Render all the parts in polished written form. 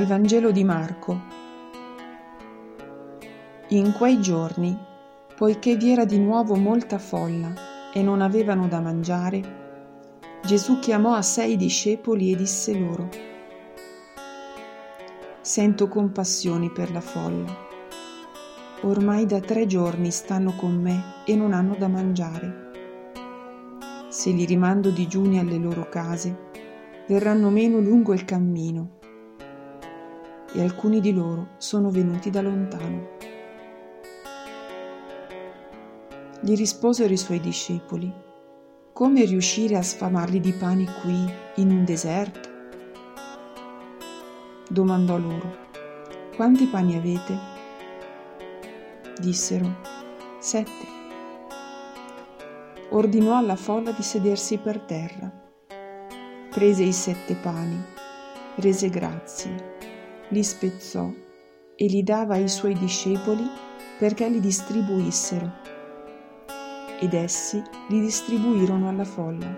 Dal Vangelo di Marco. In quei giorni, poiché vi era di nuovo molta folla e non avevano da mangiare, Gesù chiamò a sé i discepoli e disse loro: «Sento compassione per la folla. Ormai da 3 giorni stanno con me e non hanno da mangiare. Se li rimando digiuni alle loro case, verranno meno lungo il cammino, e alcuni di loro sono venuti da lontano». Gli risposero i suoi discepoli: «Come riuscire a sfamarli di pane qui, in un deserto?» Domandò loro: «Quanti pani avete?» Dissero: 7. Ordinò alla folla di sedersi per terra. Prese i 7 pani, rese grazie, li spezzò e li dava ai suoi discepoli perché li distribuissero. Ed essi li distribuirono alla folla.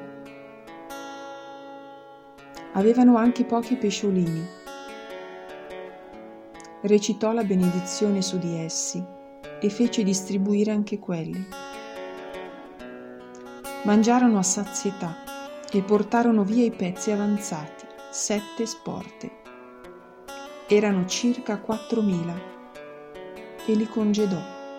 Avevano anche pochi pesciolini. Recitò la benedizione su di essi e fece distribuire anche quelli. Mangiarono a sazietà e portarono via i pezzi avanzati, 7 sporte. Erano circa 4.000 e li congedò.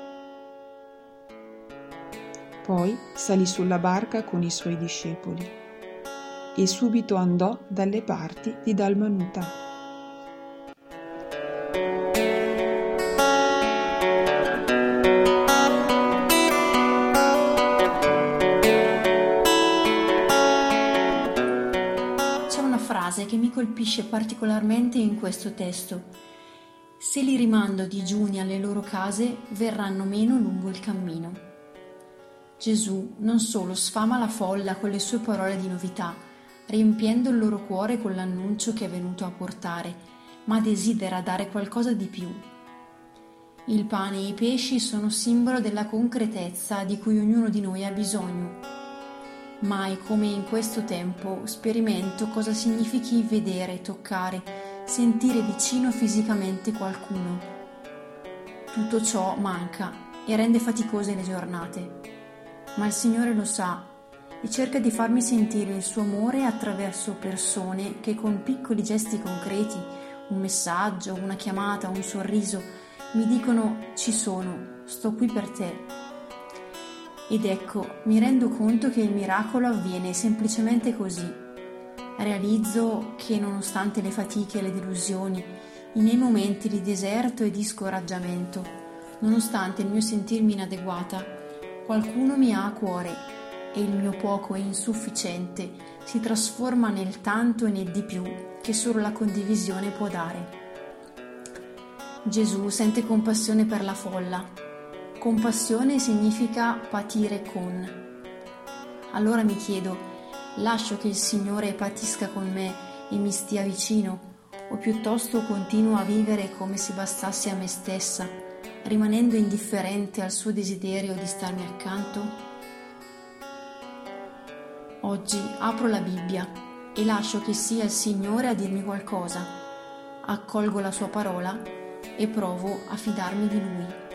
Poi salì sulla barca con i suoi discepoli e subito andò dalle parti di Dalmanuta. C'è una frase che mi colpisce particolarmente in questo testo: se li rimando digiuni alle loro case, verranno meno lungo il cammino. Gesù non solo sfama la folla con le sue parole di novità, riempiendo il loro cuore con l'annuncio che è venuto a portare, ma desidera dare qualcosa di più. Il pane e i pesci sono simbolo della concretezza di cui ognuno di noi ha bisogno. Mai come in questo tempo sperimento cosa significhi vedere, toccare, sentire vicino fisicamente qualcuno. Tutto ciò manca e rende faticose le giornate. Ma il Signore lo sa e cerca di farmi sentire il suo amore attraverso persone che con piccoli gesti concreti, un messaggio, una chiamata, un sorriso, mi dicono: ci sono, sto qui per te. Ed ecco, mi rendo conto che il miracolo avviene semplicemente così. Realizzo che nonostante le fatiche e le delusioni, i miei momenti di deserto e di scoraggiamento, nonostante il mio sentirmi inadeguata, qualcuno mi ha a cuore e il mio poco e insufficiente si trasforma nel tanto e nel di più che solo la condivisione può dare. Gesù sente compassione per la folla. Compassione significa patire con. Allora mi chiedo: lascio che il Signore patisca con me e mi stia vicino, o piuttosto continuo a vivere come se bastasse a me stessa, rimanendo indifferente al suo desiderio di starmi accanto? Oggi apro la Bibbia e lascio che sia il Signore a dirmi qualcosa. Accolgo la sua parola e provo a fidarmi di Lui.